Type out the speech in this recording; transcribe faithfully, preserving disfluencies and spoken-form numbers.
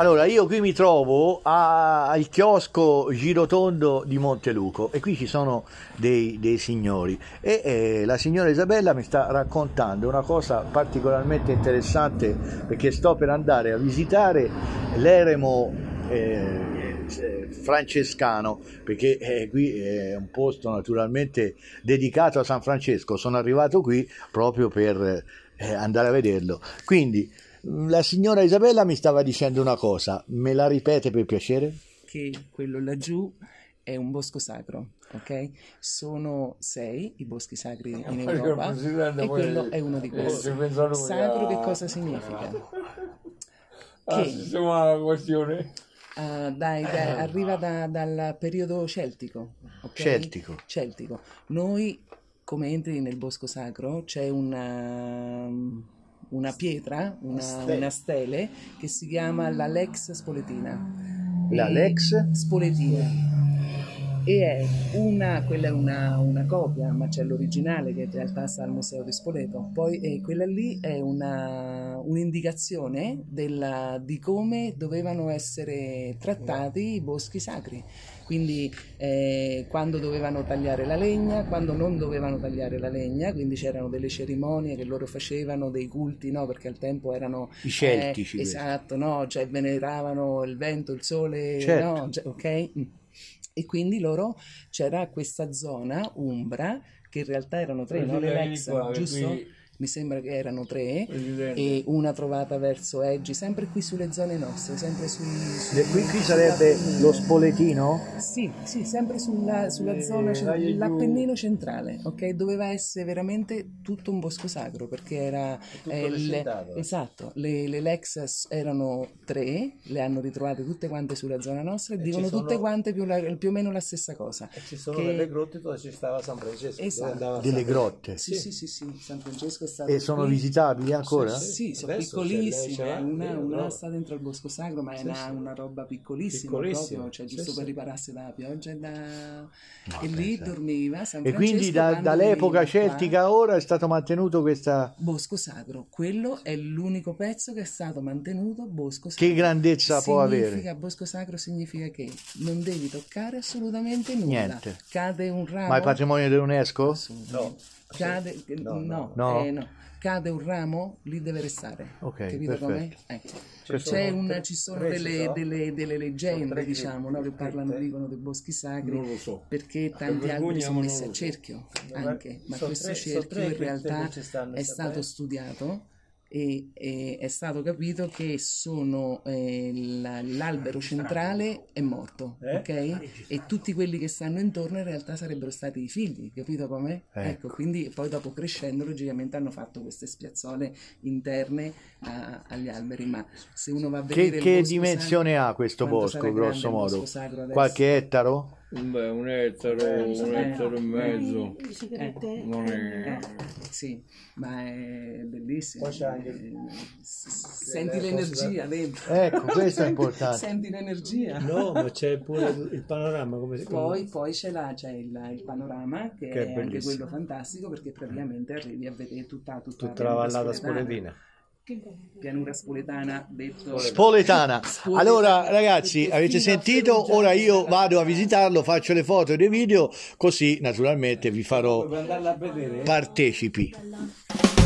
Allora, io qui mi trovo a- al chiosco Girotondo di Monteluco e qui ci sono dei, dei signori e eh, la signora Isabella mi sta raccontando una cosa particolarmente interessante perché sto per andare a visitare l'eremo eh, eh, francescano perché eh, qui è un posto naturalmente dedicato a San Francesco. Sono arrivato qui proprio per eh, andare a vederlo. Quindi la signora Isabella mi stava dicendo una cosa, me la ripete per piacere? Che quello laggiù è un bosco sacro, ok? Sono sei i boschi sacri in Europa e quello è uno di questi. Sacro che cosa significa? Che una questione. uh, dai, dai, arriva da- dal periodo celtico, ok? Celtico. Celtico. Noi, come entri nel bosco sacro, c'è una, una pietra, una, una stele che si chiama la Lex Spoletina. La Lex? Spoletina. E è una, quella è una, una copia, ma c'è l'originale che in realtà sta al Museo di Spoleto. Poi eh, quella lì è una, un'indicazione della- di come dovevano essere trattati i boschi sacri. Quindi eh, quando dovevano tagliare la legna, quando non dovevano tagliare la legna, quindi c'erano delle cerimonie che loro facevano, dei culti, no? Perché al tempo erano I celtici, eh, questi. esatto, no? Cioè veneravano il vento, il sole, Certo. no? Cioè, ok? Mm. E quindi loro c'era questa zona umbra che in realtà erano tre, no? Le Lex, Qua, giusto? qui- Mi sembra che erano tre Presidente. e una trovata verso Eggi, sempre qui sulle zone nostre, sempre sui... sui- Qui, qui sarebbe lo Spoletino? Sì, sì, sempre sulla, sulla zona, Eh, cen- là giù. l'Appennino centrale, ok? Doveva essere veramente tutto un bosco sacro perché era... eh, le- descettato. esatto, le, le Lexus erano tre, le hanno ritrovate tutte quante sulla zona nostra e, E dicono ci sono- tutte quante più, la- più o meno la stessa cosa. E ci sono Che- delle grotte dove ci stava San Francesco. dove Esatto. andava Delle San- grotte. Sì, sì, sì, sì, San Francesco è stato E sono qui. visitabili ancora? Sì, sono Adesso, se piccolissime, lei ce l'ha, una, io una no. sta dentro il bosco sacro, ma è Sì, una, sì. una roba piccolissima, Piccolissima, proprio, cioè sì, giusto sì. per ripararsi dalla pioggia e, da... e lì dormiva San E Francesco. quindi da- quando dall'epoca veniva qua. celtica a ora è stato mantenuto questa... Bosco sacro, quello è l'unico pezzo che è stato mantenuto bosco sacro. Che grandezza può Significa, avere? bosco sacro significa che non devi toccare assolutamente nulla. Niente. Cade un ramo. Ma è patrimonio dell'UNESCO? Assolutamente. Cade, no, no, no. eh, no. Cade un ramo, lì deve restare. Ok, Capito perfetto. com'è? Ecco. Ci C'è sono un- tre- ci sono tre ci delle, sono? delle- delle leggende, tre che- diciamo, no, che parlano, tre. dicono dei boschi sacri, Non lo so. perché tanti vergogna, alberi sono ma messi non a lo so. cerchio Vabbè, anche, ma sono questo tre- sono cerchio tre in che- realtà che ci stanno, è sapete? stato studiato e, e è stato capito che sono eh, la- l'albero centrale è morto, Eh? ok? E tutti quelli che stanno intorno in realtà sarebbero stati i figli, capito com'è? Ecco, quindi poi dopo crescendo logicamente hanno fatto queste spiazzole interne a- agli alberi, ma se uno va a Che, vedere il che bosco dimensione sacro, ha questo quanto bosco, sarà grande grosso il modo? bosco sacro adesso? Qualche ettaro? Beh, un ettaro, un ettaro e mezzo. Non è... Sì, ma è bellissimo. Poi c'è anche- Eh, s- s- Senti l'energia dentro. Ecco, questo è importante. Senti l'energia. No, ma c'è pure il il panorama, come si chiama? Poi, poi c'è, la- c'è il, il panorama che, Che è è anche bellissimo. quello fantastico perché praticamente arrivi a vedere tutta, tutta, Tutta la pianura vallata spoletana. spoletina. Pianura spoletana, detto Spoletana. Spoletana. Allora ragazzi, Perché avete fino a sentito? Perugia Ora io la- vado a visitarlo, faccio le foto e dei video, così naturalmente vi farò Vuoi andarla a vedere? partecipi.